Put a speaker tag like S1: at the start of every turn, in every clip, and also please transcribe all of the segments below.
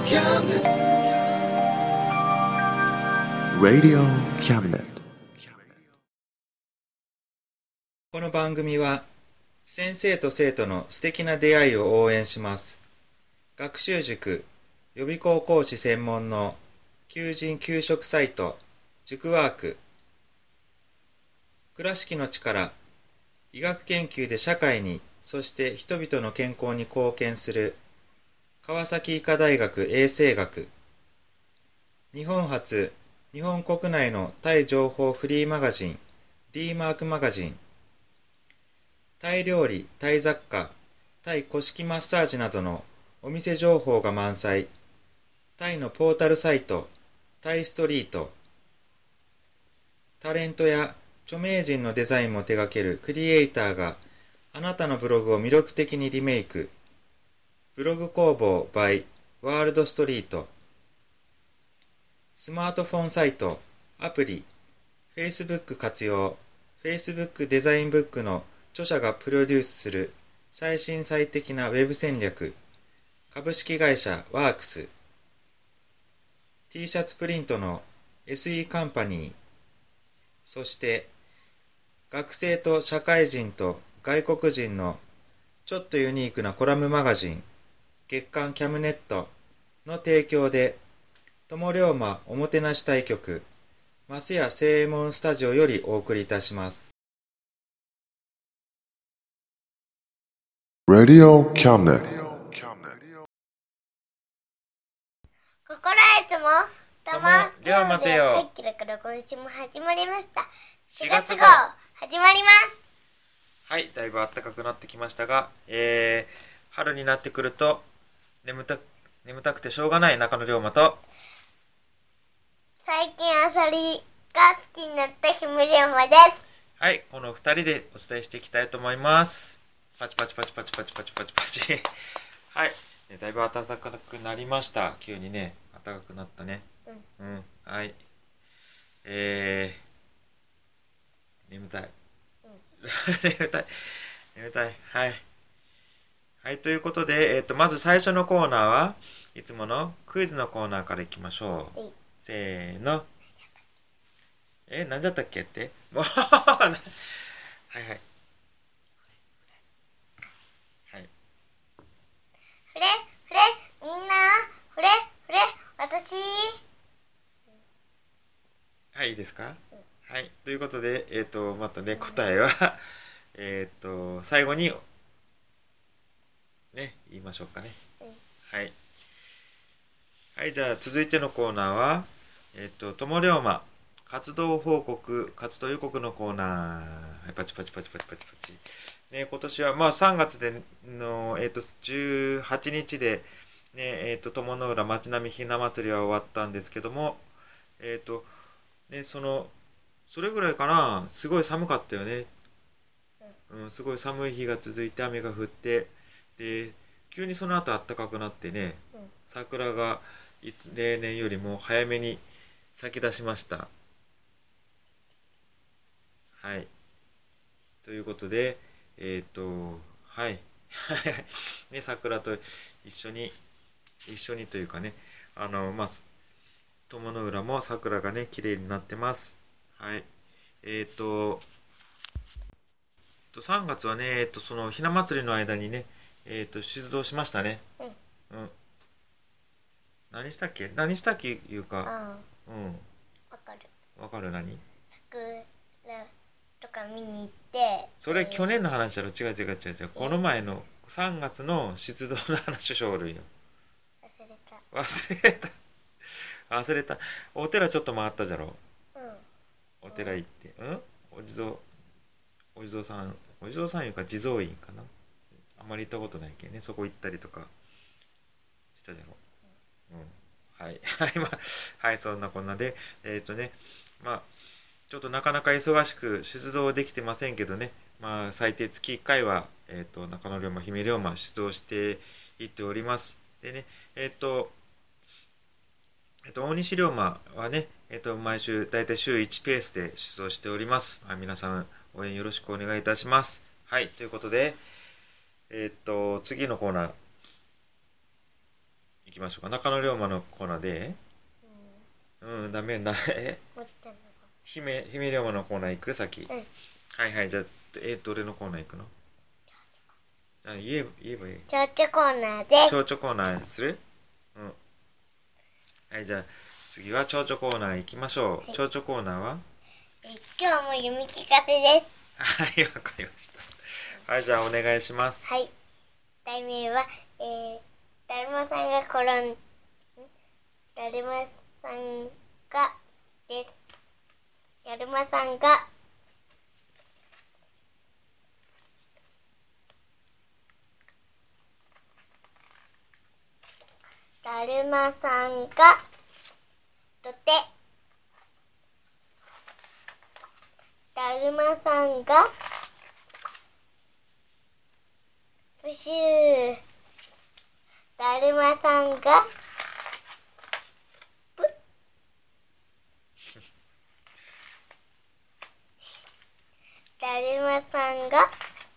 S1: Radio Cabinet。
S2: この番組は先生と生徒の素敵な出会いを応援します。学習塾予備校講師専門の求人・求職サイト塾ワーク。倉敷の力、医学研究で社会に、そして人々の健康に貢献する川崎医科大学衛生学。日本初、日本国内のタイ情報フリーマガジン D マークマガジン。タイ料理、タイ雑貨、タイ古式マッサージなどのお店情報が満載。タイのポータルサイト、タイストリート。タレントや著名人のデザインも手掛けるクリエイターがあなたのブログを魅力的にリメイク。ブログ工房 by ワールドストリート。スマートフォンサイト、アプリ、Facebook 活用、Facebook デザインブックの著者がプロデュースする最新最適なウェブ戦略。株式会社ワークス。T シャツプリントの SE カンパニー。そして学生と社会人と外国人のちょっとユニークなコラムマガジン月刊キャムネットの提供で友龍馬おもてなし対局増屋正右衛門スタジオよりお送りいたします。
S1: Radio Cabinet。
S3: 心得つも玉
S4: 龍馬ぜよ。
S3: はい、キラキラ今週も始まりました。4
S4: 4月
S3: 月号
S4: 号
S3: 始まります。
S4: はい、だいぶ暖かくなってきましたが、春になってくると眠たくてしょうがない中野龍馬と、
S3: 最近アサリが好きになったひむりょうまです。
S4: はい、この2人でお伝えしていきたいと思います。パチパチパチパチパチパチパチパチはい、だいぶ暖かくなりました。急にね、暖かくなったね。はい。眠たい。眠たい。はい。はい、ということで、まず最初のコーナーはいつものクイズのコーナーからいきましょう。せーの。なんだったっけってもうはいはい。はい。
S3: ふれふれみんなふれふれ私。
S4: はい、いいですか？はい。ということで、またね、答えは最後に、ね、言いましょうかね。はい。はい、じゃあ続いてのコーナーは、友龍馬、活動予告のコーナー。はい、パチパチパチパチパチパチ。ね、今年は、まあ3月での、18日で、ね、友の浦町並みひな祭りは終わったんですけども、ね、それぐらいかな、すごい寒かったよね。すごい寒い日が続いて雨が降って、で、急にその後暖かくなってね、桜が例年よりも早めに咲き出しました。はい。ということで、はい。ね、桜と一緒にというかね、まあ、友の浦も桜がね、綺麗になってます。はい。3月はね、そのひな祭りの間にね、出動しましたね。何したっけいうか。
S3: わかる。
S4: わかる何？
S3: 桜とか見に行って。
S4: それ去年の話だろ。違う。この前の3月の出動の話書類よ。忘れた。お寺ちょっと回ったじゃろ。お寺行って。お地蔵さんいうか地蔵院かな。あんまり行ったことないけんね。そこ行ったりとかしたじゃろ。はい。はい、そんなこんなで、まあ、ちょっとなかなか忙しく出動できてませんけどね、まあ、最低月1回は、中野龍馬、姫龍馬、出動していっております。でね、大西龍馬はね、毎週、だいたい週1ペースで出動しております。まあ、皆さん、応援よろしくお願いいたします。はい、ということで、次のコーナー、 いきましょうか。中野龍馬のコーナーで、ダメな、
S3: もう一個の
S4: 姫龍馬のコーナー行く先。はいはい、じゃあ、どれのコーナー行くの？言えばいい。
S3: 蝶々コーナーです。
S4: 蝶々コーナーする？はい、じゃあ、次は蝶々コーナー行きましょう。蝶々コーナーは？
S3: 今日も読み聞かせです。
S4: はい、わかりました。はい、じゃあお願いします。
S3: はい。題名は、だるまさんがだるまさんがです。だるまさんがだるまさんが土手。だるまさんがプシュー。だるまさんがプッ。だるまさんが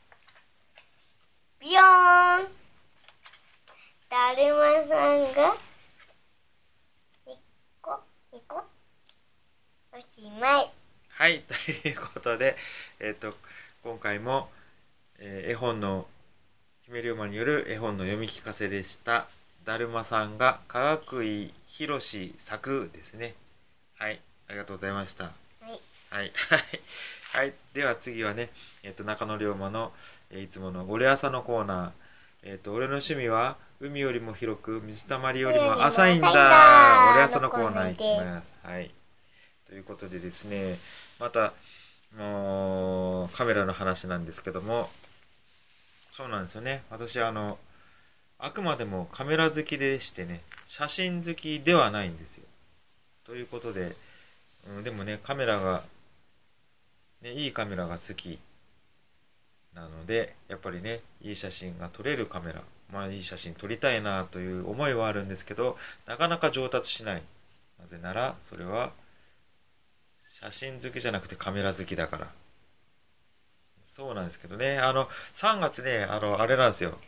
S3: ビヨーン。だるまさんがニコニコ。おしまい。
S4: はい、ということで、今回も、絵本の姫龍馬による絵本の読み聞かせでした。だるまさんがかがくいひろし作ですね。はい、ありがとうございました。
S3: はい。
S4: はいはい、では次はね、中野龍馬の、いつもの俺朝のコーナー。俺の趣味は海よりも広く水たまりよりも浅いんだ。俺朝のコーナーいきます。はい。ということでですね、またもうカメラの話なんですけども、そうなんですよね。私あくまでもカメラ好きでしてね、写真好きではないんですよ。ということで、でもね、カメラが、ね、いいカメラが好きなので、やっぱりね、いい写真が撮れるカメラ、いい写真撮りたいなという思いはあるんですけど、なかなか上達しない。なぜなら、それは写真好きじゃなくてカメラ好きだから。そうなんですけどね、3月ね、あれなんですよ。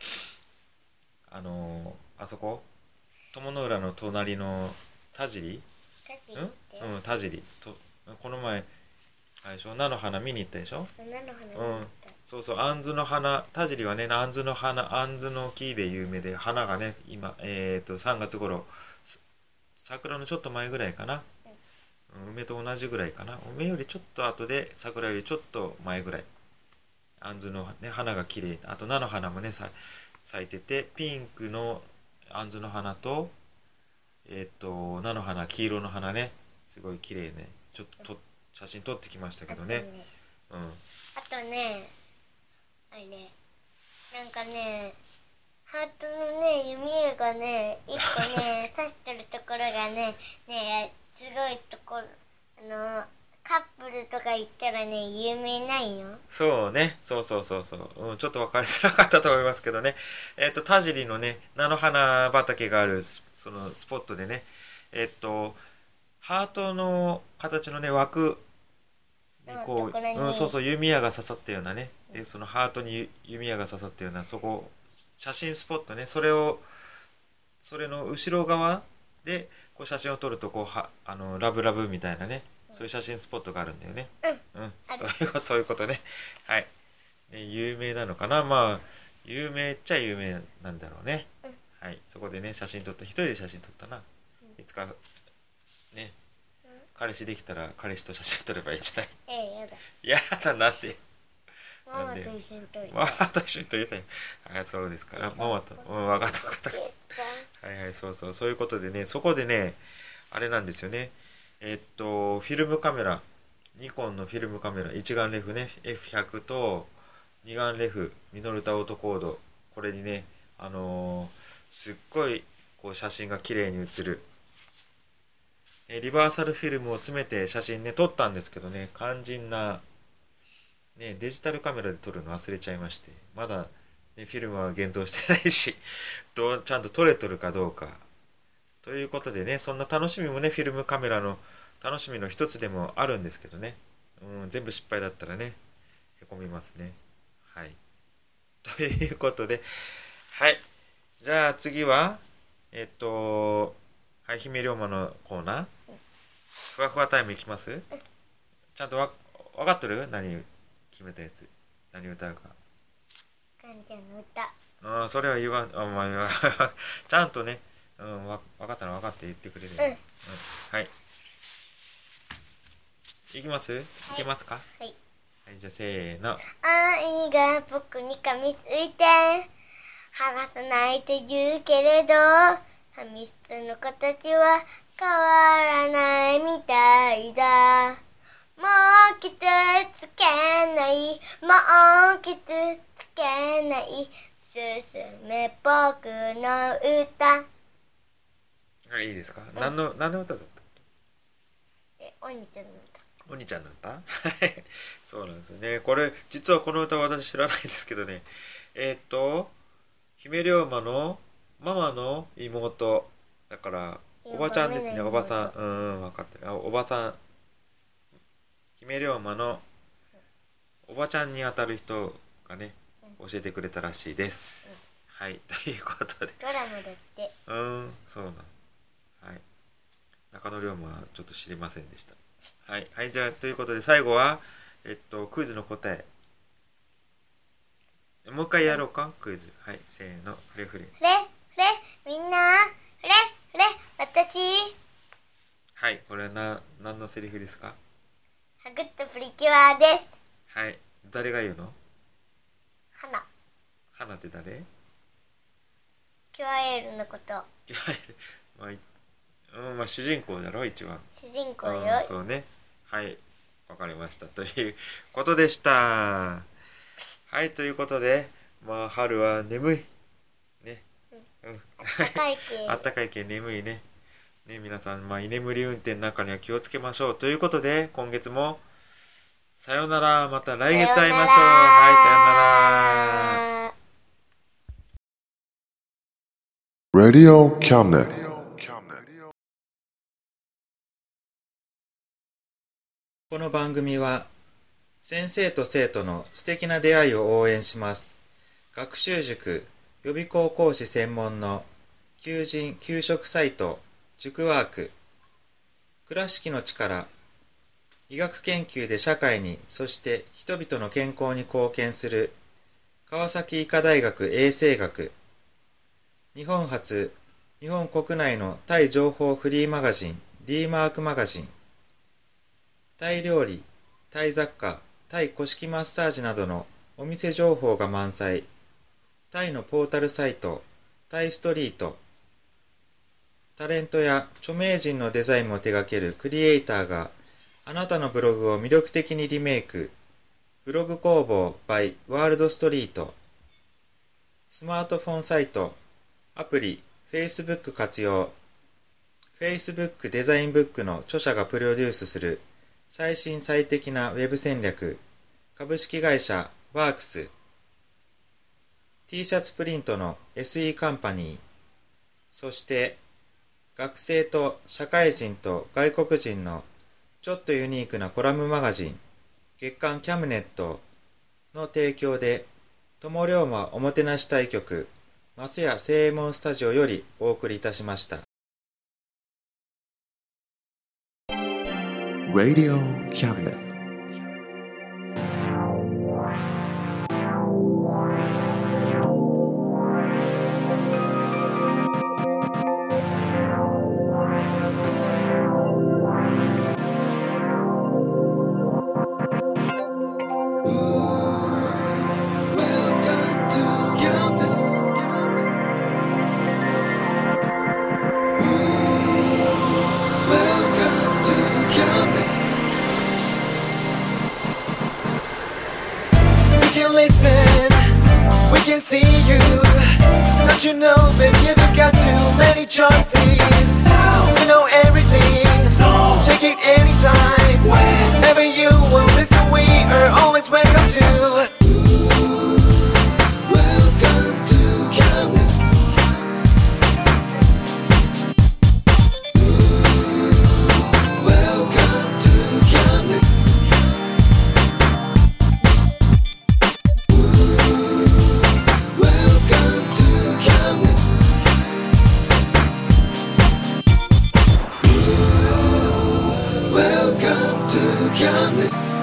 S4: あそこ、友の浦の隣の田尻田尻と、この前、あれでしょ、菜の花見に行ったでしょ。そうそう、あんずの花、田尻はね、あんずの花、あんずの木で有名で、花がね、今、3月頃、桜のちょっと前ぐらいかな。梅と同じぐらいかな。梅よりちょっと後で、桜よりちょっと前ぐらい。あんずの、ね、花が綺麗。あと菜の花もね、咲いてて、ピンクのあんずの花と、菜の花、黄色の花ね、すごい綺麗ね。ちょっと写真撮ってきましたけどね。
S3: あとね、あれ、なんかね、ハートのね、弓矢がね、一個ね、刺してるところがね、すごいところ、カップルとか行ったらね、有名ないよ。
S4: そうね、そう、ちょっと分かりづらかったと思いますけどね。田尻のね、菜の花畑がある、そのスポットでね、ハートの形のね、枠にこう、そう、弓矢が刺さったようなね、で、そのハートに弓矢が刺さったような、そこ、写真スポットね、それの後ろ側で、こう写真を撮ると、こう、ラブラブみたいなね、そういう写真スポットがあるんだよね。そういうことね。はい。ね、有名なのかな。有名っちゃ有名なんだろうね。はい。そこでね、写真撮った。一人で写真撮ったな。いつか、ね、彼氏できたら彼氏と写真撮ればいいんじゃない？
S3: やだ。
S4: やだ、なんで？
S3: ママと一緒に撮りたい。
S4: ママと一緒に撮りたい。そうですから。ママと。わかった。はい、そういうことでね、そこでね、あれなんですよね。フィルムカメラ、ニコンのフィルムカメラ、一眼レフね、F100 と二眼レフ、ミノルタオートコード、これにね、すっごいこう写真が綺麗に写る。リバーサルフィルムを詰めて写真ね、撮ったんですけどね、肝心な、ね、デジタルカメラで撮るの忘れちゃいまして、まだ、ね、フィルムは現像してないし、ちゃんと撮れとるかどうか。ということでね、そんな楽しみもね、フィルムカメラの楽しみの一つでもあるんですけどね。全部失敗だったらね、へこみますね。はい。ということで、はい。じゃあ次は、 はい、姫龍馬のコーナー、ふわふわタイムいきます？ちゃんとわかっとる？何決めたやつ、何歌うか。
S3: かんちゃんの歌。
S4: ああ、それは言わん、まあ、ちゃんとね、わかったら分かって言ってくれる、はい。いきます？いけますか？
S3: はい。
S4: はい、じゃあせーの。
S3: 愛が僕に噛みついて離さないと言うけれど、髪質の形は変わらないみたいだ。もう傷つけない、もう傷つけない、進め僕の歌。
S4: はい、いいですか？何の歌だった？
S3: お兄ちゃんの歌。
S4: お兄ちゃんの歌そうなんですよね。これ実はこの歌私知らないんですけどね、姫龍馬のママの妹だからおばちゃんですね。おばさん、分かってる。おばさん、姫龍馬のおばちゃんにあたる人がね、教えてくれたらしいです、はい、ということで
S3: ドラマだって。
S4: そうなん、はい、中野龍馬はちょっと知りませんでした。はい、はい、じゃあということで最後はクイズの答えもう一回やろうか、クイズ。はい、せーの、フレフレ。
S3: みんな、私。
S4: はい、これは何のセリフですか？
S3: ハグとプリキュアです。
S4: はい、誰が言うの？
S3: 花
S4: って誰？
S3: キュアエールのこと。
S4: まあ主人公だろ、一番。
S3: 主人公よ。
S4: そうね。はい、わかりました。ということでした。はい、ということで、まあ春は眠い。ね。
S3: あったかい系。
S4: あったかい系眠いね。ね、皆さん、まあ居眠り運転なんかには気をつけましょう。ということで、今月もさようなら。また来月会いましょう。はい、さようなら。
S1: Radio Cabinet.
S2: この番組は先生と生徒の素敵な出会いを応援します。学習塾予備校講師専門の求職サイト塾ワーク、倉敷の力、医学研究で社会にそして人々の健康に貢献する川崎医科大学衛生学、日本初日本国内のタイ情報フリーマガジン D マークマガジン、タイ料理、タイ雑貨、タイ古式マッサージなどのお店情報が満載、タイのポータルサイト、タイストリート、タレントや著名人のデザインも手掛けるクリエイターがあなたのブログを魅力的にリメイク、ブログ工房 by ワールドストリート、スマートフォンサイト、アプリ、Facebook 活用、Facebook デザインブックの著者がプロデュースする最新最適なウェブ戦略、株式会社ワークス、T シャツプリントの SE カンパニー、そして学生と社会人と外国人のちょっとユニークなコラムマガジン、月刊キャムネットの提供で、友龍馬おもてなし対局、松屋正右衛門スタジオよりお送りいたしました。
S1: Radio Cabinet.
S5: You know, baby, you've got too many choices. You know everything, so check it anytime. Whenever you will listen, we are always welcome to. Welcome to Camden. Welcome to Camden. Welcome to Camden. to come